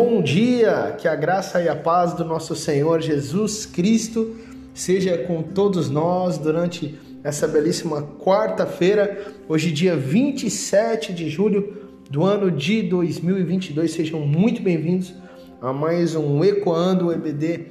Bom dia, que a graça e a paz do nosso Senhor Jesus Cristo seja com todos nós durante essa belíssima quarta-feira, hoje dia 27 de julho do ano de 2022. Sejam muito bem-vindos a mais um Ecoando EBD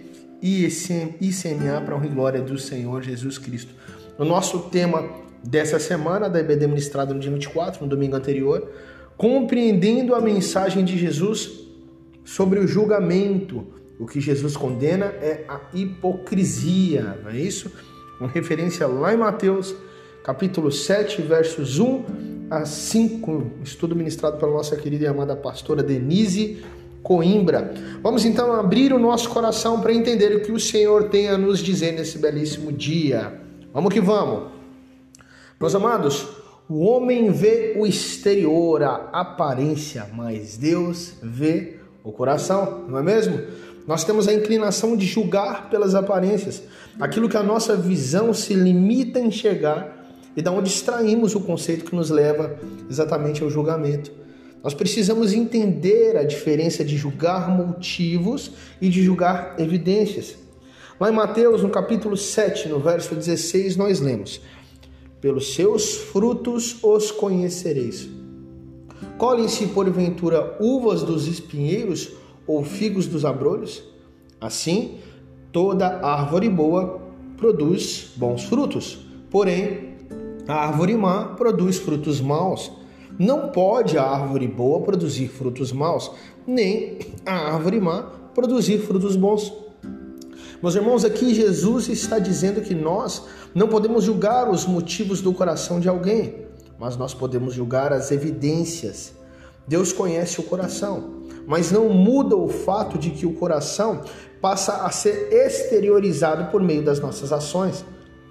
ICMA para a honra e glória do Senhor Jesus Cristo. O nosso tema dessa semana da EBD ministrado no dia 24, no domingo anterior, compreendendo a mensagem de Jesus sobre o julgamento. O que Jesus condena é a hipocrisia, não é isso? Uma referência lá em Mateus, capítulo 7, versos 1 a 5, estudo ministrado pela nossa querida e amada pastora Denise Coimbra. Vamos então abrir o nosso coração para entender o que o Senhor tem a nos dizer nesse belíssimo dia. Vamos que vamos! Meus amados, o homem vê o exterior, a aparência, mas Deus vê o coração, não é mesmo? Nós temos a inclinação de julgar pelas aparências, aquilo que a nossa visão se limita a enxergar e da onde extraímos o conceito que nos leva exatamente ao julgamento. Nós precisamos entender a diferença de julgar motivos e de julgar evidências. Lá em Mateus, no capítulo 7, no verso 16, nós lemos: pelos seus frutos os conhecereis. Colhem-se porventura uvas dos espinheiros ou figos dos abrolhos? Assim, toda árvore boa produz bons frutos, porém a árvore má produz frutos maus. Não pode a árvore boa produzir frutos maus, nem a árvore má produzir frutos bons. Meus irmãos, aqui Jesus está dizendo que nós não podemos julgar os motivos do coração de alguém, mas nós podemos julgar as evidências. Deus conhece o coração, mas não muda o fato de que o coração passa a ser exteriorizado por meio das nossas ações.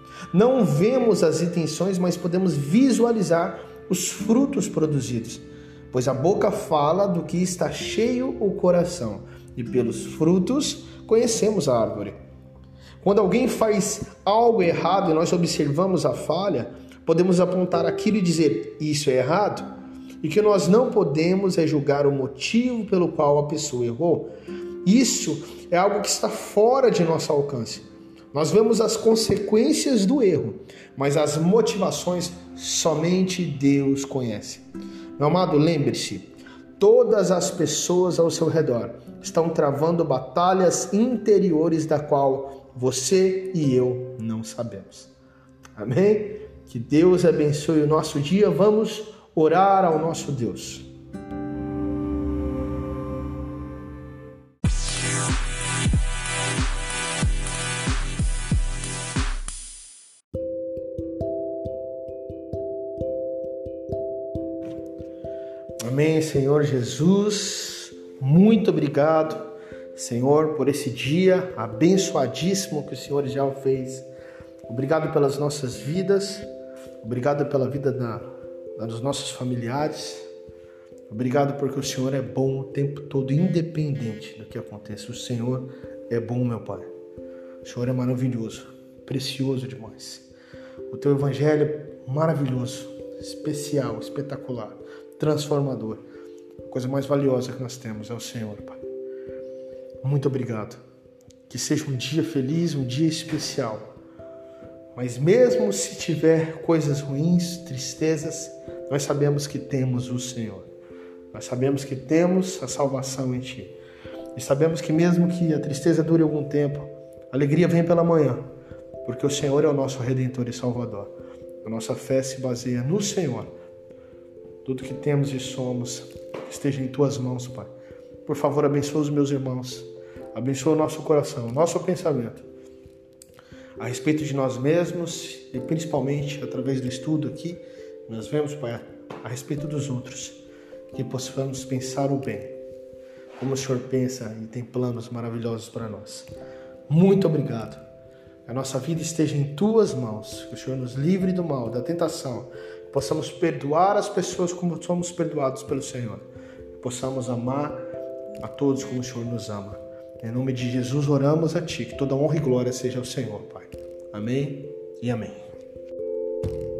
Não vemos as intenções, mas podemos visualizar os frutos produzidos, pois a boca fala do que está cheio o coração, e pelos frutos conhecemos a árvore. Quando alguém faz algo errado e nós observamos a falha, podemos apontar aquilo e dizer: isso é errado, e que nós não podemos julgar o motivo pelo qual a pessoa errou. Isso é algo que está fora de nosso alcance. Nós vemos as consequências do erro, mas as motivações somente Deus conhece. Meu amado, lembre-se, todas as pessoas ao seu redor estão travando batalhas interiores da qual você e eu não sabemos. Amém? Que Deus abençoe o nosso dia. Vamos orar ao nosso Deus. Amém, Senhor Jesus. Muito obrigado, Senhor, por esse dia abençoadíssimo que o Senhor já fez. Obrigado pelas nossas vidas. Obrigado pela vida dos nossos familiares. Obrigado porque o Senhor é bom o tempo todo, independente do que aconteça. O Senhor é bom, meu Pai. O Senhor é maravilhoso, precioso demais. O Teu Evangelho é maravilhoso, especial, espetacular, transformador. A coisa mais valiosa que nós temos é o Senhor, Pai. Muito obrigado. Que seja um dia feliz, um dia especial. Mas mesmo se tiver coisas ruins, tristezas, nós sabemos que temos o Senhor. Nós sabemos que temos a salvação em Ti. E sabemos que mesmo que a tristeza dure algum tempo, a alegria vem pela manhã, porque o Senhor é o nosso Redentor e Salvador. A nossa fé se baseia no Senhor. Tudo que temos e somos esteja em Tuas mãos, Pai. Por favor, abençoa os meus irmãos. Abençoa o nosso coração, o nosso pensamento a respeito de nós mesmos e principalmente através do estudo aqui, nós vemos, Pai, a respeito dos outros, que possamos pensar o bem, como o Senhor pensa e tem planos maravilhosos para nós. Muito obrigado. Que a nossa vida esteja em Tuas mãos, que o Senhor nos livre do mal, da tentação, que possamos perdoar as pessoas como somos perdoados pelo Senhor, que possamos amar a todos como o Senhor nos ama. Em nome de Jesus oramos a Ti, que toda honra e glória seja ao Senhor, Pai. Amém e amém.